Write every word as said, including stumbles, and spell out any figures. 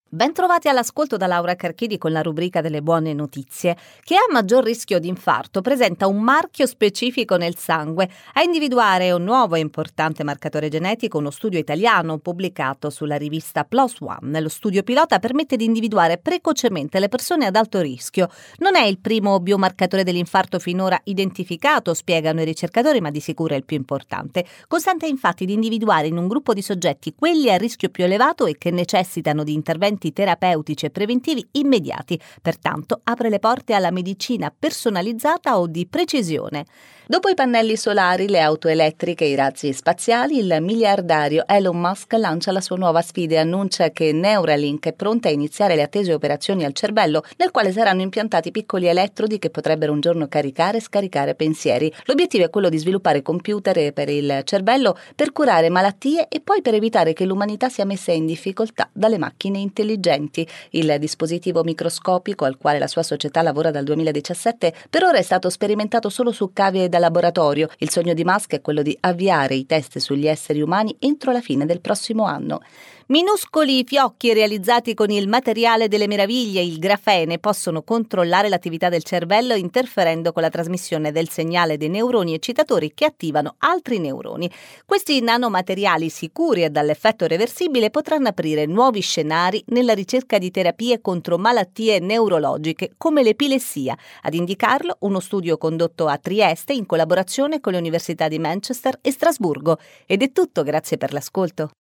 Bentrovati all'ascolto da Laura Carchidi con la rubrica delle buone notizie. Chi ha maggior rischio di infarto presenta un marchio specifico nel sangue. A individuare un nuovo e importante marcatore genetico uno studio italiano pubblicato sulla rivista PLOS ONE. Lo studio pilota permette di individuare precocemente le persone ad alto rischio. Non è il primo biomarcatore dell'infarto finora identificato, spiegano i ricercatori, ma di sicuro è il più importante. Consente infatti di individuare in un gruppo di soggetti quelli a rischio più elevato e che necessitano di interventi terapeutici e preventivi immediati, pertanto apre le porte alla medicina personalizzata o di precisione. Dopo i pannelli solari, le auto elettriche e i razzi spaziali, il miliardario Elon Musk lancia la sua nuova sfida e annuncia che Neuralink è pronta a iniziare le attese operazioni al cervello, nel quale saranno impiantati piccoli elettrodi che potrebbero un giorno caricare e scaricare pensieri. L'obiettivo è quello di sviluppare computer per il cervello per curare malattie e poi per evitare che l'umanità sia messa in difficoltà dalle macchine intelligenti. Il dispositivo microscopico, al quale la sua società lavora dal duemiladiciassette, per ora è stato sperimentato solo su cavie da laboratorio. Il sogno di Musk è quello di avviare i test sugli esseri umani entro la fine del prossimo anno. Minuscoli fiocchi realizzati con il materiale delle meraviglie, il grafene, possono controllare l'attività del cervello interferendo con la trasmissione del segnale dei neuroni eccitatori che attivano altri neuroni. Questi nanomateriali sicuri e dall'effetto reversibile potranno aprire nuovi scenari nella ricerca di terapie contro malattie neurologiche come l'epilessia. Ad indicarlo uno studio condotto a Trieste in collaborazione con le università di Manchester e Strasburgo. Ed è tutto, grazie per l'ascolto.